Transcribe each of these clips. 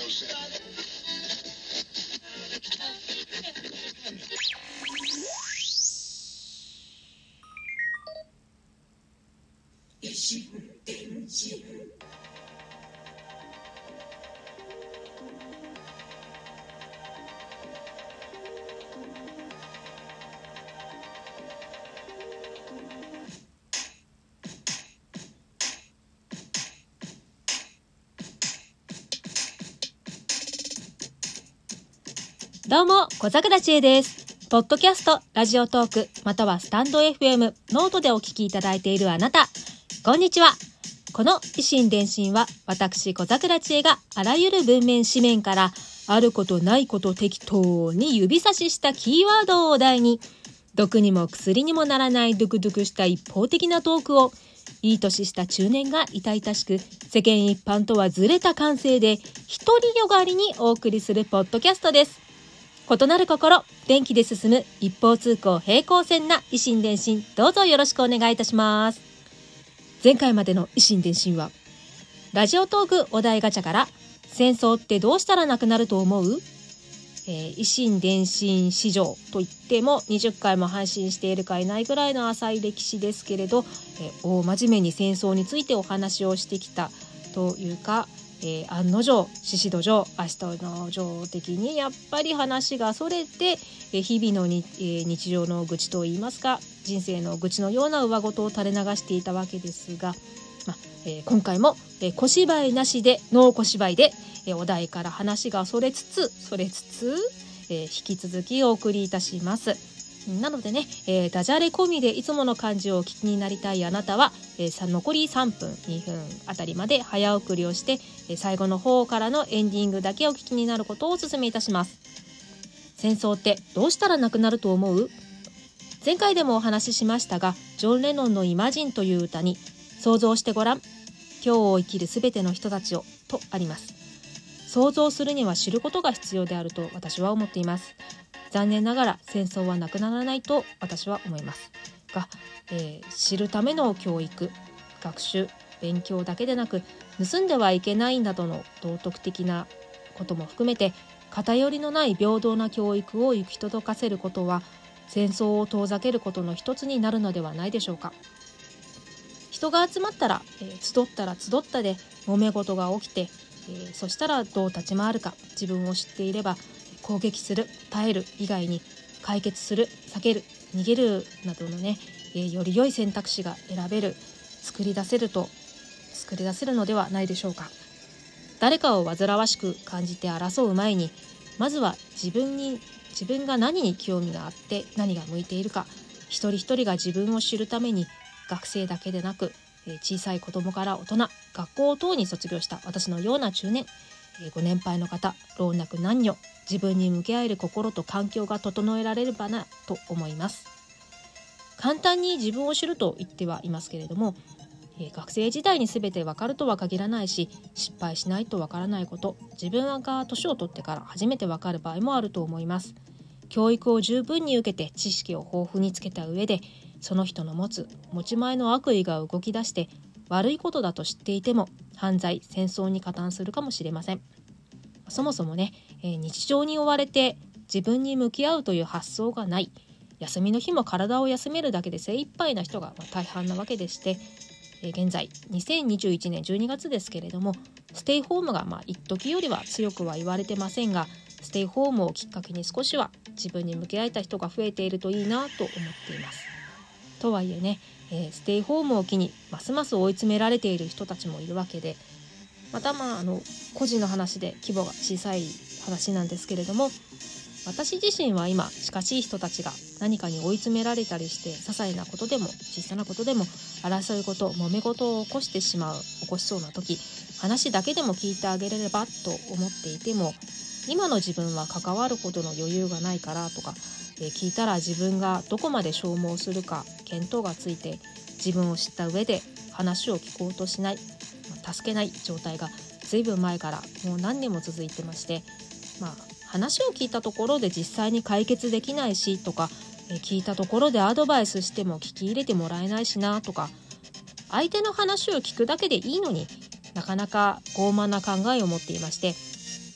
どうも、小桜知恵です。ポッドキャスト、ラジオトーク、またはスタンド FM、ノートでお聞きいただいているあなた、こんにちは。この以心伝心は、私小桜知恵があらゆる文面紙面から、あることないこと適当に指差ししたキーワードをお題に、毒にも薬にもならないドゥクドゥクした一方的なトークを、いい年した中年が痛々しく、世間一般とはずれた感性で、独りよがりにお送りするポッドキャストです。異なる心、電気で進む一方通行平行線な以心伝心、どうぞよろしくお願いいたします。前回までの以心伝心は、ラジオトークお題ガチャから、戦争ってどうしたらなくなると思う？以心伝心史上といっても20回も配信しているかいないぐらいの浅い歴史ですけれど、大真面目に戦争についてお話をしてきたというか、案の定、獅子土壌、明日の定的にやっぱり話がそれて、日々の日常の愚痴といいますか、人生の愚痴のような上事を垂れ流していたわけですが、今回も、小芝居なしでノー小芝居で、お題から話がそれつつ、引き続きお送りいたします。なのでね、ダジャレ込みでいつもの感じをお聞きになりたいあなたは、残り3分2分あたりまで早送りをして、最後の方からのエンディングだけお聞きになることをお勧めいたします。戦争ってどうしたらなくなると思う？前回でもお話ししましたが、ジョン・レノンのイマジンという歌に、想像してごらん、今日を生きるすべての人たちをとあります。想像するには知ることが必要であると私は思っています。残念ながら戦争はなくならないと私は思いますが、知るための教育、学習、勉強だけでなく、盗んではいけないなどの道徳的なことも含めて、偏りのない平等な教育を行き届かせることは、戦争を遠ざけることの一つになるのではないでしょうか。人が集まったら、集ったら集ったで揉め事が起きて、そしたらどう立ち回るか、自分を知っていれば、攻撃する、耐える以外に解決する、避ける、逃げるなどのね、より良い選択肢が選べる、作り出せるのではないでしょうか。誰かを煩わしく感じて争う前に、まずは自分が何に興味があって何が向いているか、一人一人が自分を知るために、学生だけでなく、小さい子供から大人、学校等に卒業した私のような中年、ご年配の方、老若男女、自分に向き合える心と環境が整えられればなと思います。簡単に自分を知ると言ってはいますけれども、学生時代に全て分かるとは限らないし、失敗しないと分からないこと、自分が年を取ってから初めて分かる場合もあると思います。教育を十分に受けて知識を豊富につけた上で、その人の持ち前の悪意が動き出して悪いことだと知っていても、犯罪、戦争に加担するかもしれません。そもそもね、日常に追われて自分に向き合うという発想がない、休みの日も体を休めるだけで精一杯な人が大半なわけでして、現在2021年12月ですけれども、ステイホームが一時よりは強くは言われてませんが、ステイホームをきっかけに少しは自分に向き合えた人が増えているといいなと思っています。とはいえね、ステイホームを機にますます追い詰められている人たちもいるわけで、また個人の話で規模が小さい話なんですけれども、私自身は今近しい人たちが何かに追い詰められたりして、些細なことでも小さなことでも争い事、揉め事を起こしそうな時、話だけでも聞いてあげれればと思っていても、今の自分は関わるほどの余裕がないからとか、聞いたら自分がどこまで消耗するか見当がついて、自分を知った上で話を聞こうとしない、助けない状態がずいぶん前からもう何年も続いてまして、話を聞いたところで実際に解決できないしとか、聞いたところでアドバイスしても聞き入れてもらえないしなとか、相手の話を聞くだけでいいのになかなか傲慢な考えを持っていまして、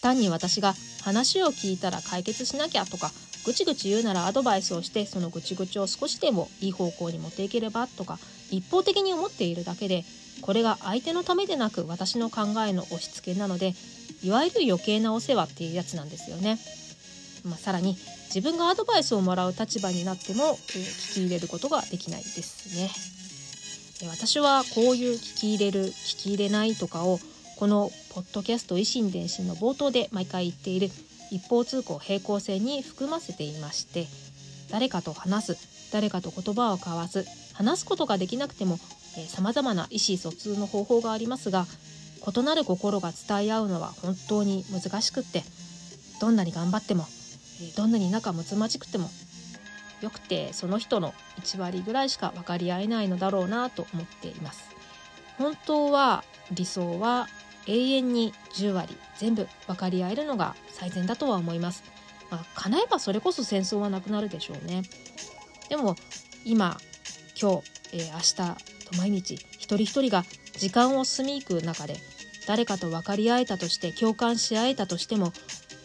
単に私が話を聞いたら解決しなきゃとか、ぐちぐち言うならアドバイスをして、そのぐちぐちを少しでもいい方向に持っていければとか、一方的に思っているだけで、これが相手のためでなく私の考えの押し付けなので、いわゆる余計なお世話っていうやつなんですよね。さらに自分がアドバイスをもらう立場になっても、聞き入れることができないですね。私はこういう聞き入れる聞き入れないとかを、このポッドキャスト維新伝心の冒頭で毎回言っている一方通行平行線に含ませていまして、誰かと話す、誰かと言葉を交わす、話すことができなくても様々な意思疎通の方法がありますが、異なる心が伝え合うのは本当に難しくって、どんなに頑張っても、どんなに仲睦まじくても、よくてその人の1割ぐらいしか分かり合えないのだろうなと思っています。本当は、理想は永遠に10割全部分かり合えるのが最善だとは思います。叶えばそれこそ戦争はなくなるでしょうね。でも今、今日、明日と毎日一人一人が時間を過ぎ行く中で、誰かと分かり合えたとして、共感し合えたとしても、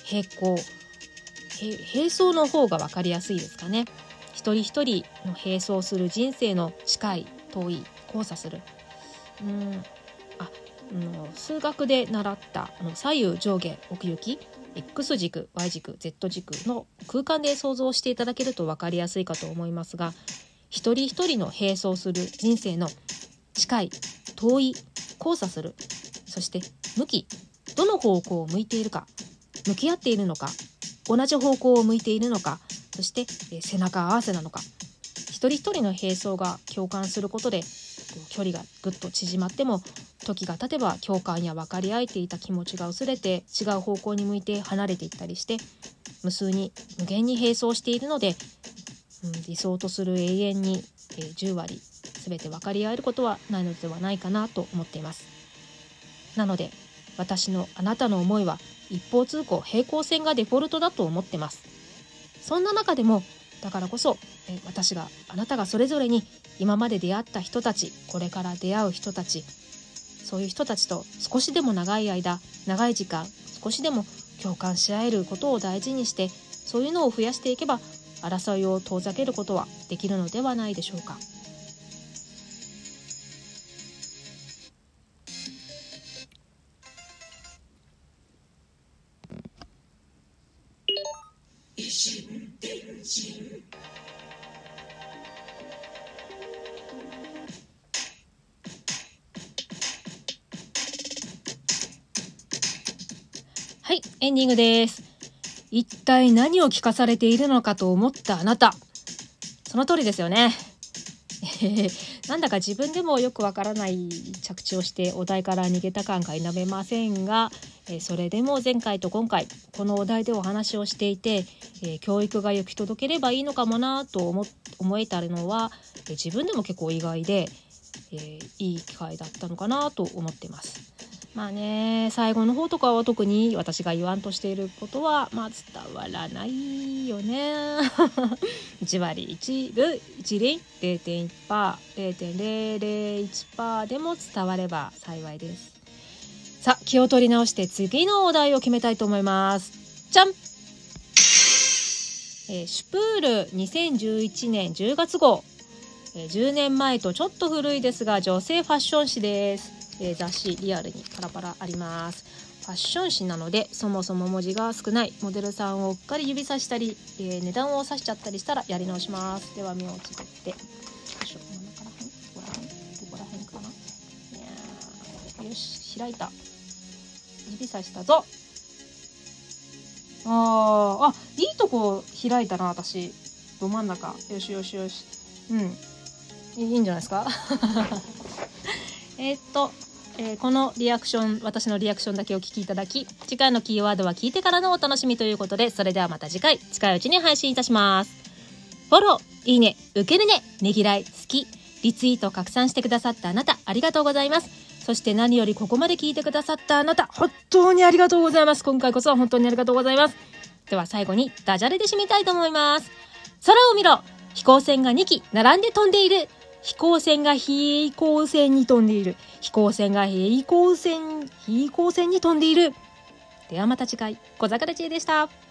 並走の方が分かりやすいですかね。一人一人の並走する人生の近い遠い交差する、数学で習った左右上下奥行き、 X 軸 Y 軸 Z 軸の空間で想像していただけると分かりやすいかと思いますが、一人一人の並走する人生の近い遠い交差する、そして向き、どの方向を向いているか、向き合っているのか、同じ方向を向いているのか、そして背中合わせなのか、一人一人の並走が共感することで距離がぐっと縮まっても、時が経てば共感や分かり合えていた気持ちが薄れて、違う方向に向いて離れていったりして、無限に並走しているので、理想とする永遠に10割全て分かり合えることはないのではないかなと思っています。なので私のあなたの思いは一方通行平行線がデフォルトだと思ってます。そんな中でも、だからこそあなたがそれぞれに今まで出会った人たち、これから出会う人たち、そういう人たちと少しでも長い時間少しでも共感し合えることを大事にして、そういうのを増やしていけば、争いを遠ざけることはできるのではないでしょうか。はい、エンディングです。一体何を聞かされているのかと思ったあなた、その通りですよね。なんだか自分でもよくわからない着地をしてお題から逃げた感が否めませんが、それでも前回と今回このお題でお話をしていて、教育が行き届ければいいのかもなと思えたのは、自分でも結構意外で、いい機会だったのかなと思っています。最後の方とかは特に私が言わんとしていることは伝わらないよね。1割1厘 0.1%、0.001% でも伝われば幸いです。さあ、気を取り直して次のお題を決めたいと思います。じゃん、シュプール2011年10月号、10年前とちょっと古いですが女性ファッション誌です。雑誌リアルにパラパラあります。ファッション誌なのでそもそも文字が少ない、モデルさんをうっかり指さしたり、値段を指しちゃったりしたらやり直します。では目をつぶって、どこら辺かな。よし、開いた。指さしたぞ。いいとこ開いたな。私ど真ん中。よし、いいんじゃないですか。このリアクション、私のリアクションだけお聞きいただき、次回のキーワードは聞いてからのお楽しみということで、それではまた次回、近いうちに配信いたします。フォロー、いいね、受けるね、ねぎらい、好き、リツイート、拡散してくださったあなた、ありがとうございます。そして何よりここまで聞いてくださったあなた、本当にありがとうございます。今回こそは本当にありがとうございます。では最後にダジャレで締めたいと思います。空を見ろ、飛行船が2機並んで飛んでいる。飛行船が平行線に飛んでいる。飛行船が平行線に飛んでいる。 ではまた次回、小桜知恵でした。